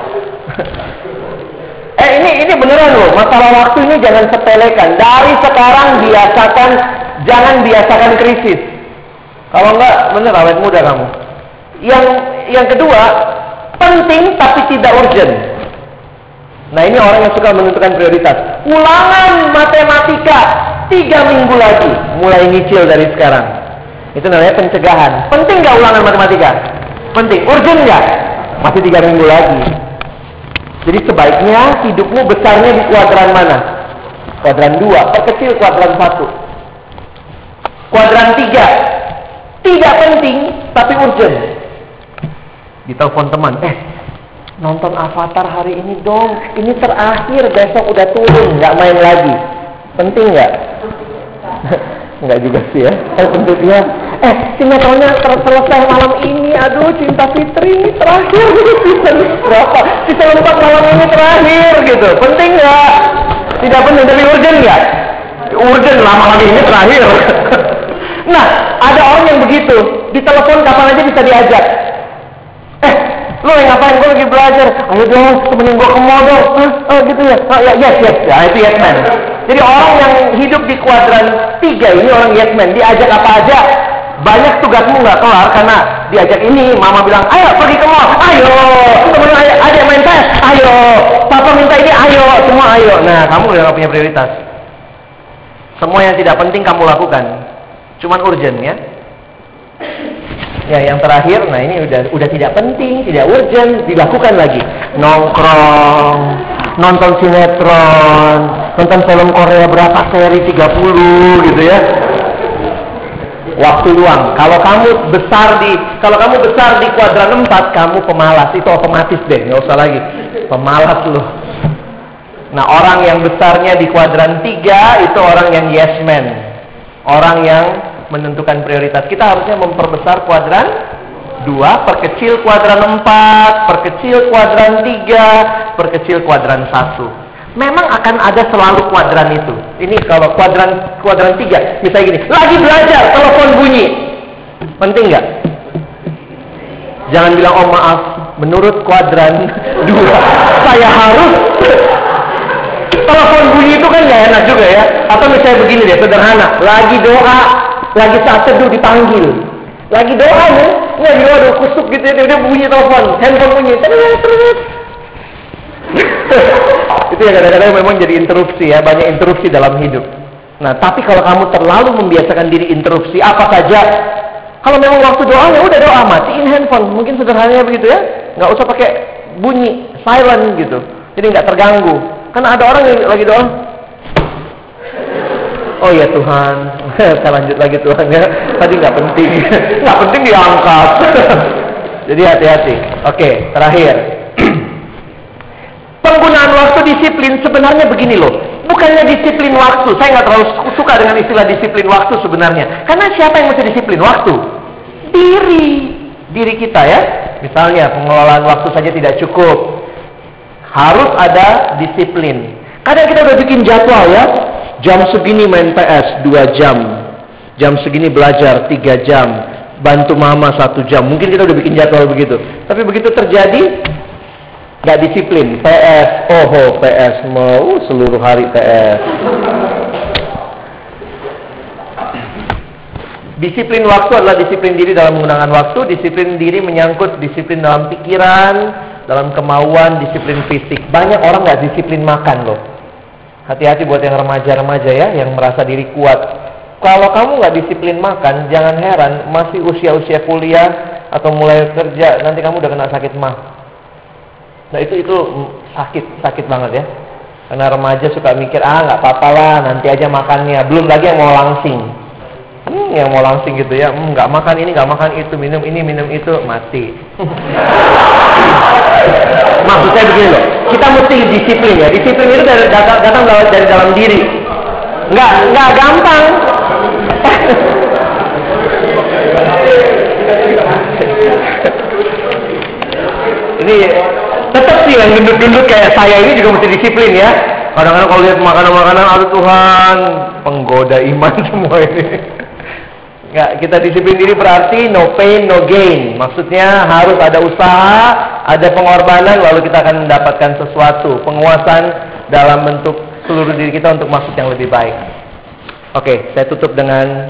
ini beneran loh. Masalah waktu ini jangan sepelekan. Dari sekarang jangan biasakan krisis. Kalau enggak, bener awet muda kamu. Yang kedua, penting tapi tidak urgent. Nah ini orang yang suka menentukan prioritas. Ulangan matematika 3 minggu lagi, mulai nyicil dari sekarang. Itu namanya pencegahan. Penting nggak ulangan matematika? Penting. Urgent nggak? Masih 3 minggu lagi. Jadi sebaiknya hidupmu besarnya di kuadran mana? Kuadran 2, perkecil kuadran 1. Kuadran 3, tidak penting tapi urgent. Ditelepon teman, nonton Avatar hari ini dong, ini terakhir, besok udah turun, nggak main lagi. Penting nggak? Nggak juga sih ya. Bentuknya, sinetronnya selesai malam ini, aduh Cinta Fitri ini terakhir, season berapa? Season 4 malam ini terakhir gitu. Penting nggak? Tidak penting, tapi urgent nggak? Urgent lah, malam ini terakhir. Nah, ada orang yang begitu, ditelepon kapan aja bisa diajak. Lo yang ngapain? Gue lagi belajar. Ayo dong, temenin gue ke mall dong. Gitu ya. Yes. Ya, itu yes man. Jadi orang yang hidup di kuadran 3 ini orang yes man. Diajak apa aja. Banyak tugasmu nggak kelar karena diajak ini. Mama bilang, ayo pergi ke mall. Ayo. Temenin adik main PS. Ayo. Papa minta ini. Ayo. Semua ayo. Nah, kamu udah gak punya prioritas. Semua yang tidak penting kamu lakukan. Cuman urgent ya. Ya, yang terakhir, nah ini udah tidak penting, tidak urgent, dilakukan lagi. Nongkrong, nonton sinetron, nonton film Korea berapa seri, 30 gitu ya. Waktu luang. Kalau kamu besar di kuadran 4, kamu pemalas, itu otomatis deh, nggak usah lagi. Pemalas loh. Nah, orang yang besarnya di kuadran 3 itu orang yang yes man. Orang yang menentukan prioritas. Kita harusnya memperbesar kuadran 2, perkecil kuadran 4, perkecil kuadran 3, perkecil kuadran 1. Memang akan ada selalu kuadran itu. Ini kalau kuadran 3, misalnya gini, lagi belajar, telepon bunyi. Penting nggak? Jangan bilang, oh maaf, menurut kuadran 2, saya harus. Telepon bunyi itu kan nggak enak juga ya. Atau misalnya begini deh, sederhana, lagi doa, lagi saat teduh dipanggil, lagi doa nih, lagi doa udah kusuk gitu ya, dia bunyi telepon, handphone bunyi, terus. Itu ya kadang-kadang memang jadi interupsi ya, banyak interupsi dalam hidup. Nah, tapi kalau kamu terlalu membiasakan diri interupsi apa saja, kalau memang waktu doa ya udah doa, matiin handphone, mungkin sederhananya begitu ya, nggak usah pakai bunyi, silent gitu, jadi nggak terganggu. Karena ada orang yang lagi doa, oh ya Tuhan, saya lanjut lagi Tuhan ya. Tadi nggak penting diangkat. Jadi hati-hati. Oke, terakhir. Penggunaan waktu disiplin sebenarnya begini loh. Bukannya disiplin waktu. Saya nggak terlalu suka dengan istilah disiplin waktu sebenarnya. Karena siapa yang mesti disiplin waktu? Diri kita ya. Misalnya pengelolaan waktu saja tidak cukup. Harus ada disiplin. Kadang kita udah bikin jadwal ya. Jam segini main PS 2 jam. Jam segini belajar 3 jam. Bantu mama 1 jam. Mungkin kita udah bikin jadwal begitu. Tapi begitu terjadi, gak disiplin. PS, PS mau seluruh hari PS. Disiplin waktu adalah disiplin diri dalam menggunakan waktu. Disiplin diri menyangkut disiplin dalam pikiran, dalam kemauan, disiplin fisik. Banyak orang gak disiplin makan loh. Hati-hati buat yang remaja-remaja ya, yang merasa diri kuat. Kalau kamu gak disiplin makan, jangan heran masih usia-usia kuliah atau mulai kerja, nanti kamu udah kena sakit mah. Nah itu sakit banget ya. Karena remaja suka mikir, gak apa-apa lah, nanti aja makannya. Belum lagi yang mau langsing. Yang mau langsing gitu ya, nggak makan ini, nggak makan itu, minum ini, minum itu, mati. Maksud saya begini loh, kita mesti disiplin ya. Disiplin itu datang dari dalam diri. Nggak gampang. Ini tetap sih yang gendut-gendut kayak saya ini juga mesti disiplin ya. Kadang-kadang kalau lihat makanan-makanan, aduh Tuhan, penggoda iman semua ini. Nggak, kita disiplin diri berarti no pain, no gain. Maksudnya harus ada usaha, ada pengorbanan, lalu kita akan mendapatkan sesuatu. Penguasaan dalam bentuk seluruh diri kita untuk masuk yang lebih baik. Oke, saya tutup dengan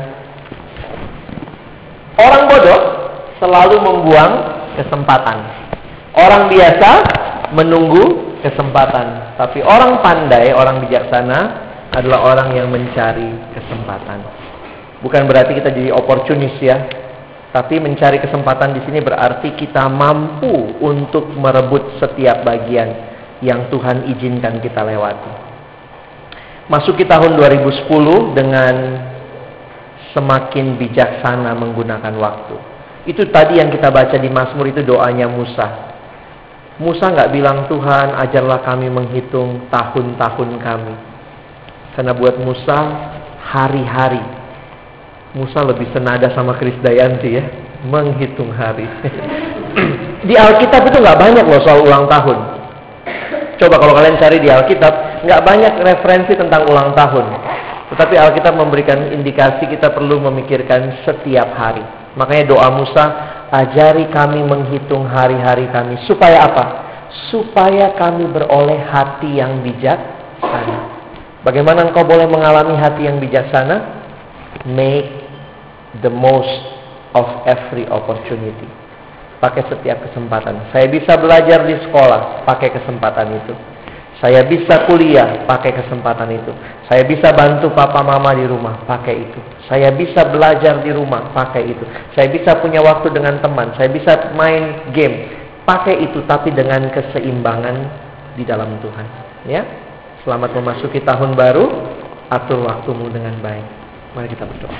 orang bodoh selalu membuang kesempatan. Orang biasa menunggu kesempatan. Tapi orang pandai, orang bijaksana adalah orang yang mencari kesempatan. Bukan berarti kita jadi oportunis ya. Tapi mencari kesempatan di sini berarti kita mampu untuk merebut setiap bagian yang Tuhan izinkan kita lewati. Masuki tahun 2010 dengan semakin bijaksana menggunakan waktu. Itu tadi yang kita baca di Mazmur, itu doanya Musa. Musa nggak bilang, Tuhan ajarlah kami menghitung tahun-tahun kami. Karena buat Musa hari-hari. Musa lebih senada sama Krisdayanti ya, menghitung hari. Di Alkitab itu nggak banyak loh soal ulang tahun. Coba kalau kalian cari di Alkitab, nggak banyak referensi tentang ulang tahun. Tetapi Alkitab memberikan indikasi kita perlu memikirkan setiap hari. Makanya doa Musa, ajari kami menghitung hari-hari kami. Supaya apa? Supaya kami beroleh hati yang bijaksana. Bagaimana engkau boleh mengalami hati yang bijaksana? Make the most of every opportunity. Pakai setiap kesempatan. Saya bisa belajar di sekolah, pakai kesempatan itu. Saya bisa kuliah, pakai kesempatan itu. Saya bisa bantu papa mama di rumah, pakai itu. Saya bisa belajar di rumah, pakai itu. Saya bisa punya waktu dengan teman. Saya bisa main game, pakai itu. Tapi dengan keseimbangan di dalam Tuhan. Ya, selamat memasuki tahun baru. Atur waktumu dengan baik. Mari kita berdoa.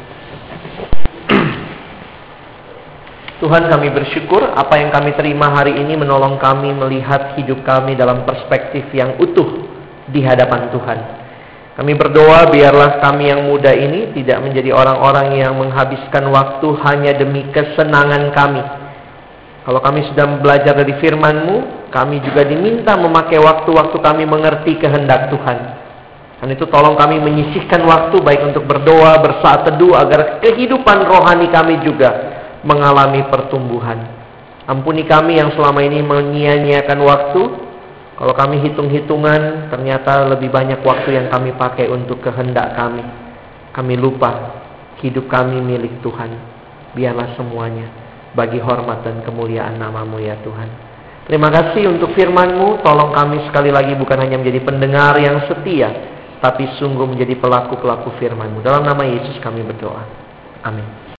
Tuhan, kami bersyukur apa yang kami terima hari ini menolong kami melihat hidup kami dalam perspektif yang utuh di hadapan Tuhan. Kami berdoa biarlah kami yang muda ini tidak menjadi orang-orang yang menghabiskan waktu hanya demi kesenangan kami. Kalau kami sudah belajar dari firman-Mu, kami juga diminta memakai waktu-waktu kami mengerti kehendak Tuhan. Dan itu tolong kami menyisihkan waktu baik untuk berdoa, bersaat teduh agar kehidupan rohani kami juga mengalami pertumbuhan. Ampuni kami yang selama ini menyia-nyiakan waktu. Kalau kami hitung-hitungan, ternyata lebih banyak waktu yang kami pakai untuk kehendak kami. Kami lupa hidup kami milik Tuhan. Biarlah semuanya bagi hormat dan kemuliaan nama-Mu ya Tuhan. Terima kasih untuk firman-Mu. Tolong kami sekali lagi bukan hanya menjadi pendengar yang setia, tapi sungguh menjadi pelaku-pelaku firman-Mu. Dalam nama Yesus kami berdoa. Amin.